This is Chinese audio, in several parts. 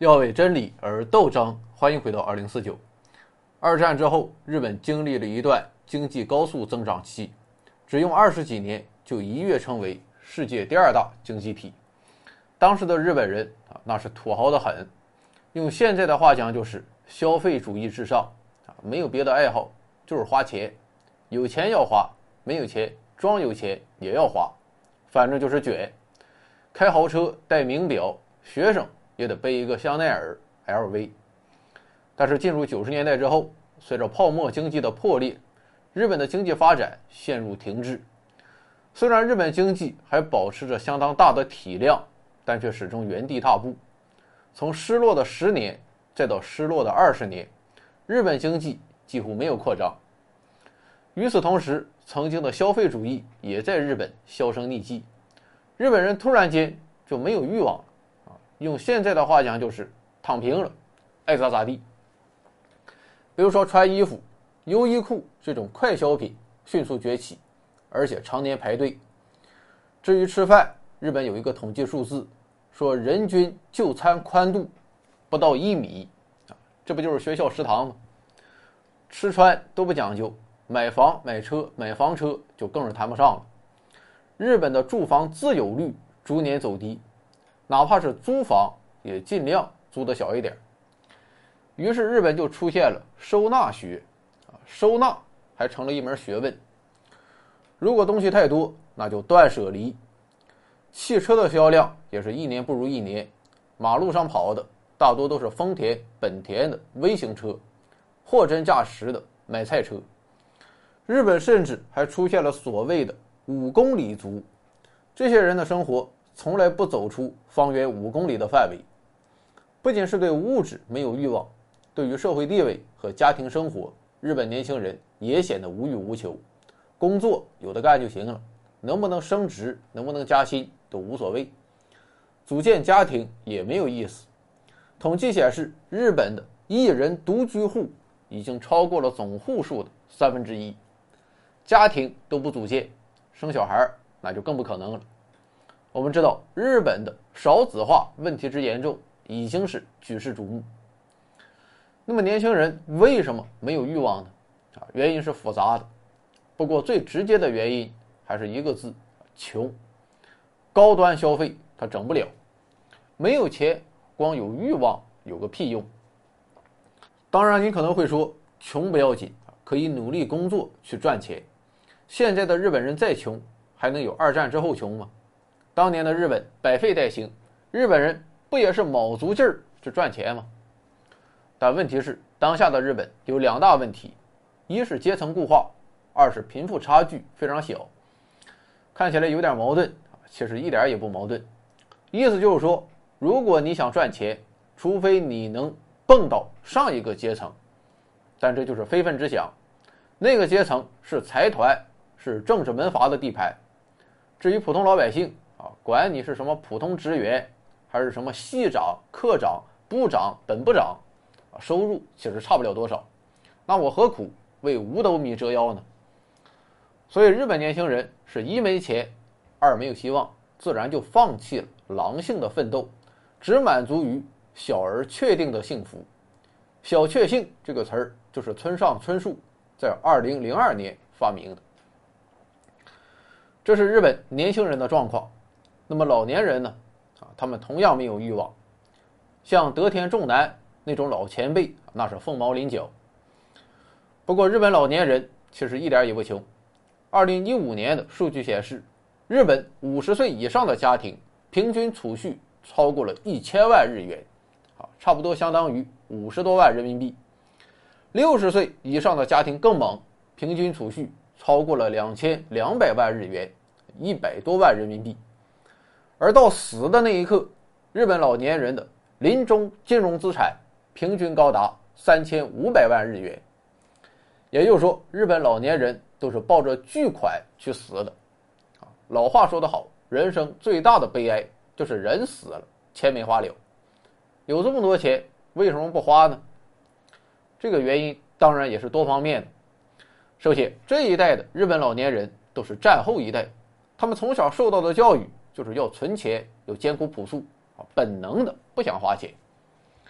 要为真理而斗争。欢迎回到2049。二战之后，日本经历了一段经济高速增长期，只用20几年就一跃成为世界第2大经济体。当时的日本人那是土豪的很，用现在的话讲就是消费主义至上，没有别的爱好，就是花钱，有钱要花，没有钱装有钱也要花，反正就是卷。开豪车，戴名表，学生也得背一个香奈儿 LV。 但是进入90年代之后，随着泡沫经济的破裂，日本的经济发展陷入停滞。虽然日本经济还保持着相当大的体量，但却始终原地踏步。从失落的10年再到失落的20年，日本经济几乎没有扩张。与此同时，曾经的消费主义也在日本销声匿迹。日本人突然间就没有欲望了，用现在的话讲就是躺平了，爱咋咋地。比如说穿衣服，优衣库这种快消品迅速崛起，而且常年排队。至于吃饭，日本有一个统计数字，说人均就餐宽度不到1米，这不就是学校食堂吗？吃穿都不讲究，买房买车买房车就更是谈不上了。日本的住房自有率逐年走低，哪怕是租房也尽量租得小一点。于是日本就出现了收纳学，收纳还成了一门学问。如果东西太多，那就断舍离。汽车的销量也是一年不如一年，马路上跑的大多都是丰田、本田的微型车，货真价实的买菜车。日本甚至还出现了所谓的5公里族，这些人的生活从来不走出方圆5公里的范围。不仅是对物质没有欲望，对于社会地位和家庭生活，日本年轻人也显得无欲无求。工作有的干就行了，能不能升职，能不能加薪都无所谓。组建家庭也没有意思。统计显示，日本的1人独居户已经超过了总户数的1/3，家庭都不组建，生小孩那就更不可能了。我们知道日本的少子化问题之严重已经是举世瞩目。那么年轻人为什么没有欲望呢？原因是复杂的，不过最直接的原因还是一个字：穷。高端消费它整不了，没有钱光有欲望有个屁用。当然你可能会说，穷不要紧，可以努力工作去赚钱。现在的日本人再穷，还能有2战之后穷吗？当年的日本百废待兴，日本人不也是卯足劲儿去赚钱吗？但问题是，当下的日本有2大问题：一是阶层固化，2是贫富差距非常小。看起来有点矛盾，其实一点也不矛盾。意思就是说，如果你想赚钱，除非你能蹦到上一个阶层，但这就是非分之想。那个阶层是财团，是政治门阀的地盘。至于普通老百姓管你是什么普通职员，还是什么系长、科长、部长、本部长，收入其实差不了多少。那我何苦为5斗米折腰呢？所以日本年轻人是1没钱，2没有希望，自然就放弃了狼性的奋斗，只满足于小而确定的幸福。小确幸这个词儿就是村上春树在2002年发明的。这是日本年轻人的状况。那么老年人呢？他们同样没有欲望。像德田重男那种老前辈，那是凤毛麟角。不过日本老年人其实一点也不穷。2015年的数据显示，日本50岁以上的家庭平均储蓄超过了1000万日元，差不多相当于50多万人民币。60岁以上的家庭更猛，平均储蓄超过了2200万日元，100多万人民币。而到死的那一刻，日本老年人的临终金融资产平均高达3500万日元。也就是说，日本老年人都是抱着巨款去死的。老话说得好，人生最大的悲哀就是人死了，钱没花了。有这么多钱，为什么不花呢？这个原因当然也是多方面的。首先，这一代的日本老年人都是战后一代，他们从小受到的教育就是要存钱，要艰苦朴素，本能的不想花钱。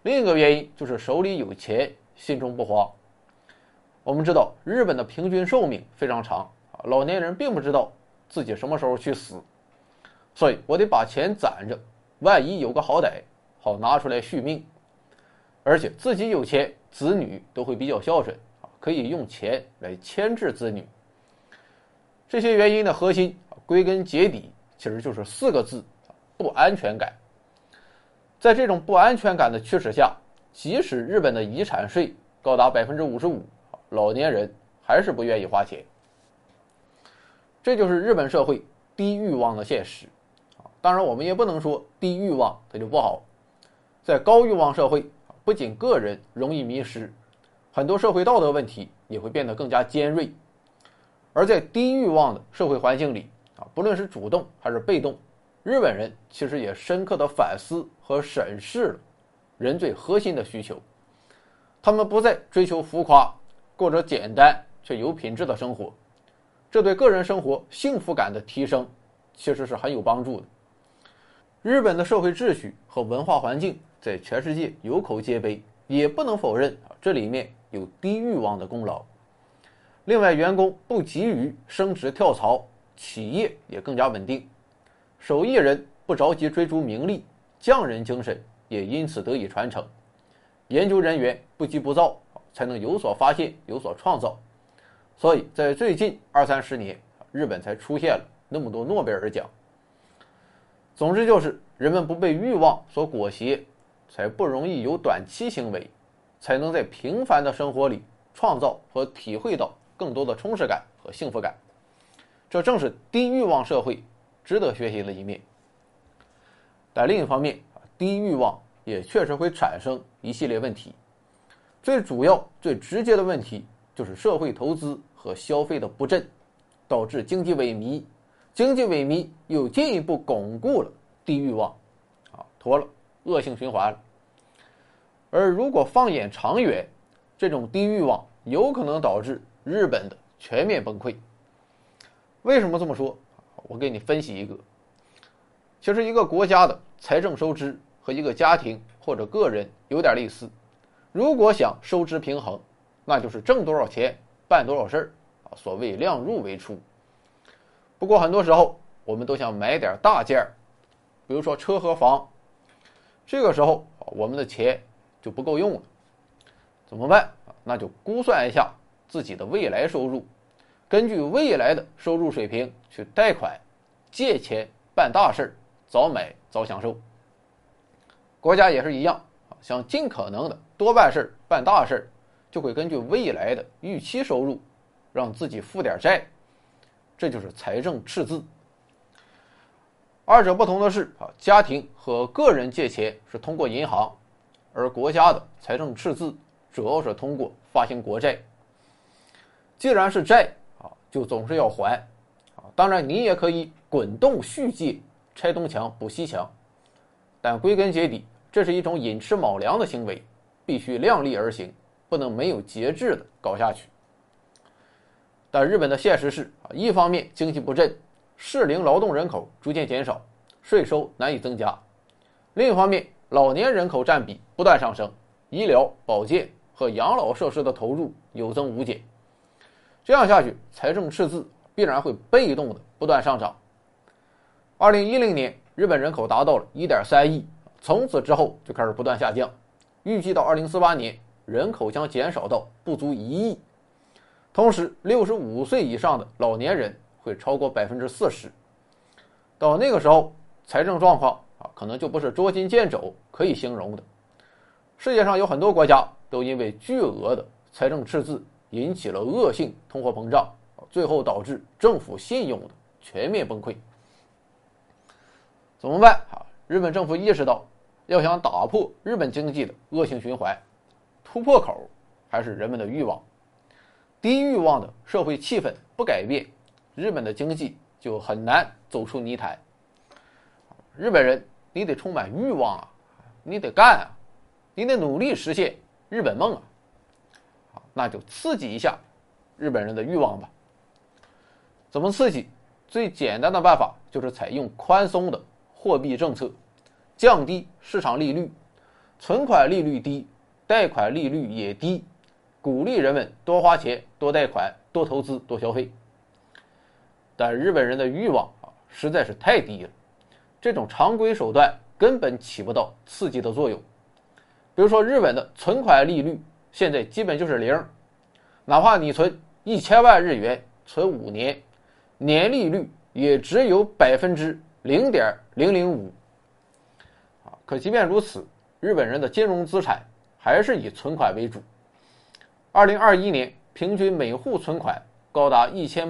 另一个原因就是手里有钱，心中不慌。我们知道日本的平均寿命非常长，老年人并不知道自己什么时候去死，所以我得把钱攒着，万一有个好歹，好拿出来续命。而且自己有钱，子女都会比较孝顺，可以用钱来牵制子女。这些原因的核心，归根结底其实就是4个字：不安全感。在这种不安全感的驱使下，即使日本的遗产税高达55%，老年人还是不愿意花钱。这就是日本社会低欲望的现实。当然，我们也不能说低欲望它就不好。在高欲望社会，不仅个人容易迷失，很多社会道德问题也会变得更加尖锐。而在低欲望的社会环境里，不论是主动还是被动，日本人其实也深刻地反思和审视了人最核心的需求。他们不再追求浮夸，过着简单却有品质的生活，这对个人生活幸福感的提升其实是很有帮助的。日本的社会秩序和文化环境在全世界有口皆碑，也不能否认这里面有低欲望的功劳。另外，员工不急于升职跳槽，企业也更加稳定。手艺人不着急追逐名利，匠人精神也因此得以传承。研究人员不急不躁，才能有所发现，有所创造。所以在最近20-30年，日本才出现了那么多诺贝尔奖。总之就是人们不被欲望所裹挟，才不容易有短期行为，才能在平凡的生活里创造和体会到更多的充实感和幸福感。这正是低欲望社会值得学习的一面。但另一方面，低欲望也确实会产生一系列问题。最主要、最直接的问题就是社会投资和消费的不振，导致经济萎靡。经济萎靡又进一步巩固了低欲望，妥了，恶性循环了。而如果放眼长远，这种低欲望有可能导致日本的全面崩溃。为什么这么说？我给你分析一个。其实一个国家的财政收支和一个家庭或者个人有点类似，如果想收支平衡，那就是挣多少钱办多少事儿，所谓量入为出。不过很多时候我们都想买点大件儿，比如说车和房，这个时候我们的钱就不够用了，怎么办？那就估算一下自己的未来收入，根据未来的收入水平去贷款、借钱办大事，早买早享受。国家也是一样，想尽可能的多办事办大事，就会根据未来的预期收入让自己负点债，这就是财政赤字。二者不同的是，家庭和个人借钱是通过银行，而国家的财政赤字主要是通过发行国债。既然是债，就总是要还。当然你也可以滚动续借，拆东墙补西墙，但归根结底，这是一种寅吃卯粮的行为，必须量力而行，不能没有节制的搞下去。但日本的现实是，一方面经济不振，适龄劳动人口逐渐减少，税收难以增加；另一方面，老年人口占比不断上升，医疗保健和养老设施的投入有增无减。这样下去，财政赤字必然会被动的不断上涨。2010年，日本人口达到了 1.3 亿，从此之后就开始不断下降，预计到2048年，人口将减少到不足1亿。同时，65岁以上的老年人会超过 40%。到那个时候，财政状况可能就不是捉襟见肘可以形容的。世界上有很多国家都因为巨额的财政赤字引起了恶性通货膨胀，最后导致政府信用的全面崩溃。怎么办？日本政府意识到，要想打破日本经济的恶性循环，突破口还是人们的欲望。低欲望的社会气氛不改变，日本的经济就很难走出泥潭。日本人，你得充满欲望啊，你得干啊，你得努力实现日本梦啊！那就刺激一下日本人的欲望吧。怎么刺激？最简单的办法就是采用宽松的货币政策，降低市场利率， 存款利率低，贷款利率也低，鼓励人们多花钱、多贷款、多投资、多消费。但日本人的欲望实在是太低了，这种常规手段根本起不到刺激的作用。比如说日本的存款利率现在基本就是0，哪怕你存1000万日元，存5年，年利率也只有0.005%。可即便如此，日本人的金融资产还是以存款为主。2021年平均每户存款高达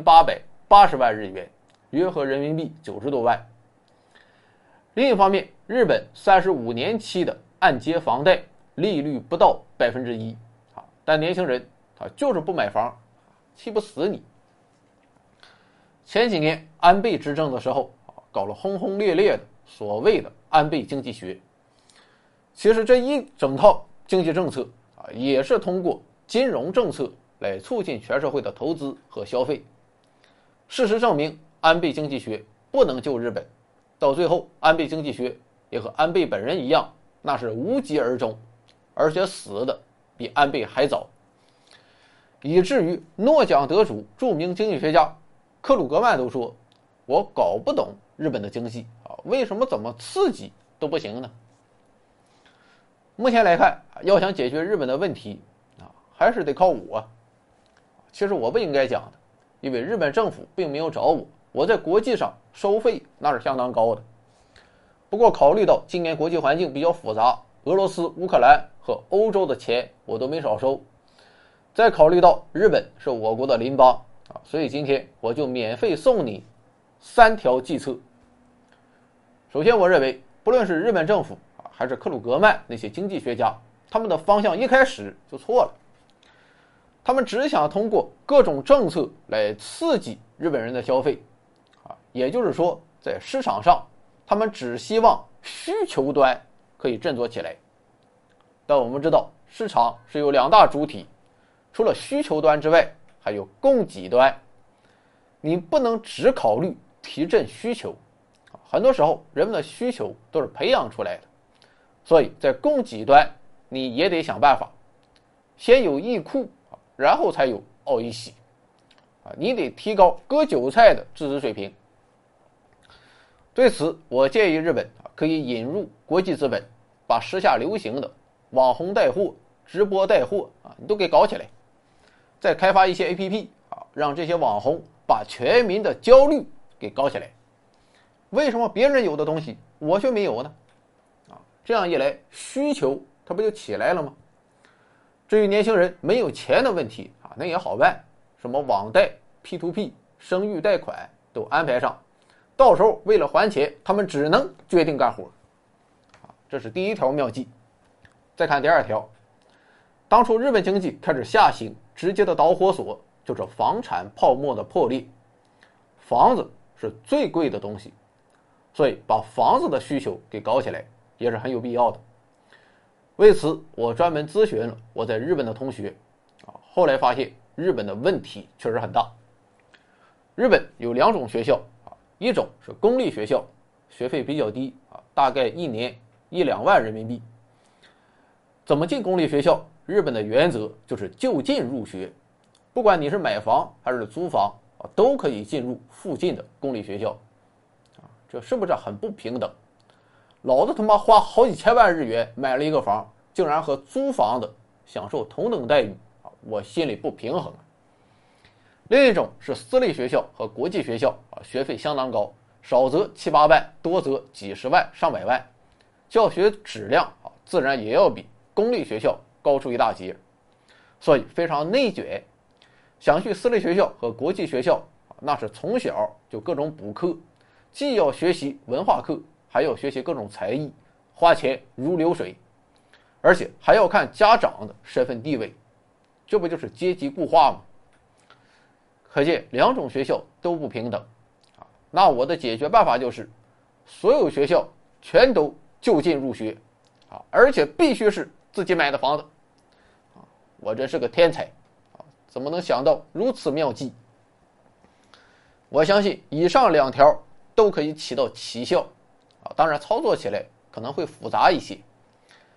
1880万日元，约合人民币90多万。另一方面，日本35年期的按揭房贷利率不到1%，但年轻人就是不买房，气不死你。前几年安倍执政的时候，搞了轰轰烈烈的所谓的安倍经济学。其实这一整套经济政策也是通过金融政策来促进全社会的投资和消费。事实证明，安倍经济学不能救日本，到最后安倍经济学也和安倍本人一样，那是无疾而终，而且死的比安倍还早。以至于诺奖得主著名经济学家克鲁格曼都说，我搞不懂日本的经济为什么怎么刺激都不行呢？目前来看，要想解决日本的问题还是得靠我。其实我不应该讲的，因为日本政府并没有找我，我在国际上收费那是相当高的。不过考虑到今年国际环境比较复杂，俄罗斯、乌克兰和欧洲的钱我都没少收，再考虑到日本是我国的邻邦所以今天我就免费送你3条计策。首先，我认为不论是日本政府还是克鲁格曼那些经济学家，他们的方向一开始就错了。他们只想通过各种政策来刺激日本人的消费也就是说，在市场上他们只希望需求端可以振作起来。但我们知道市场是有2大主体，除了需求端之外还有供给端，你不能只考虑提振需求，很多时候人们的需求都是培养出来的，所以在供给端你也得想办法，先有义库，然后才有奥义喜你得提高割韭菜的知识水平。对此，我建议日本可以引入国际资本，把时下流行的网红带货、直播带货你都给搞起来，再开发一些 APP 让这些网红把全民的焦虑给搞起来。为什么别人有的东西我却没有呢？这样一来，需求它不就起来了吗？至于年轻人没有钱的问题那也好办，什么网贷、P2P、生育贷款都安排上，到时候为了还钱，他们只能决定干活。这是第1条妙计。再看第2条，当初日本经济开始下行，直接的导火索就是房产泡沫的破裂。房子是最贵的东西，所以把房子的需求给搞起来也是很有必要的。为此，我专门咨询了我在日本的同学后来发现日本的问题确实很大。日本有2种学校一种是公立学校，学费比较低大概1年1-2万人民币。怎么进公立学校？日本的原则就是就近入学，不管你是买房还是租房都可以进入附近的公立学校这是不是很不平等？老子他妈花好几千万日元买了一个房，竟然和租房的享受同等待遇我心里不平衡。另一种是私立学校和国际学校学费相当高，少则7-8万，多则几十万上百万，教学质量自然也要比公立学校高出一大截，所以非常内卷。想去私立学校和国际学校那是从小就各种补课，既要学习文化课，还要学习各种才艺，花钱如流水，而且还要看家长的身份地位，这不就是阶级固化吗？可见2种学校都不平等那我的解决办法就是所有学校全都就近入学而且必须是自己买的房子我真是个天才怎么能想到如此妙计？我相信以上2条都可以起到奇效当然操作起来可能会复杂一些。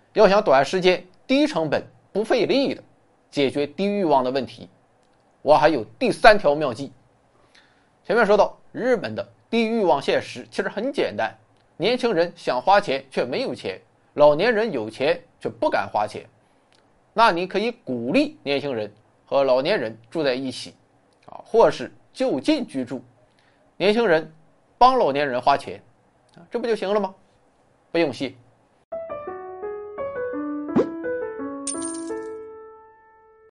要想短时间、低成本、不费力的解决低欲望的问题，我还有第3条妙计。前面说到，日本的低欲望现实其实很简单，年轻人想花钱却没有钱，老年人有钱却不敢花钱。那你可以鼓励年轻人和老年人住在一起，或是就近居住，年轻人帮老年人花钱，这不就行了吗？不用谢。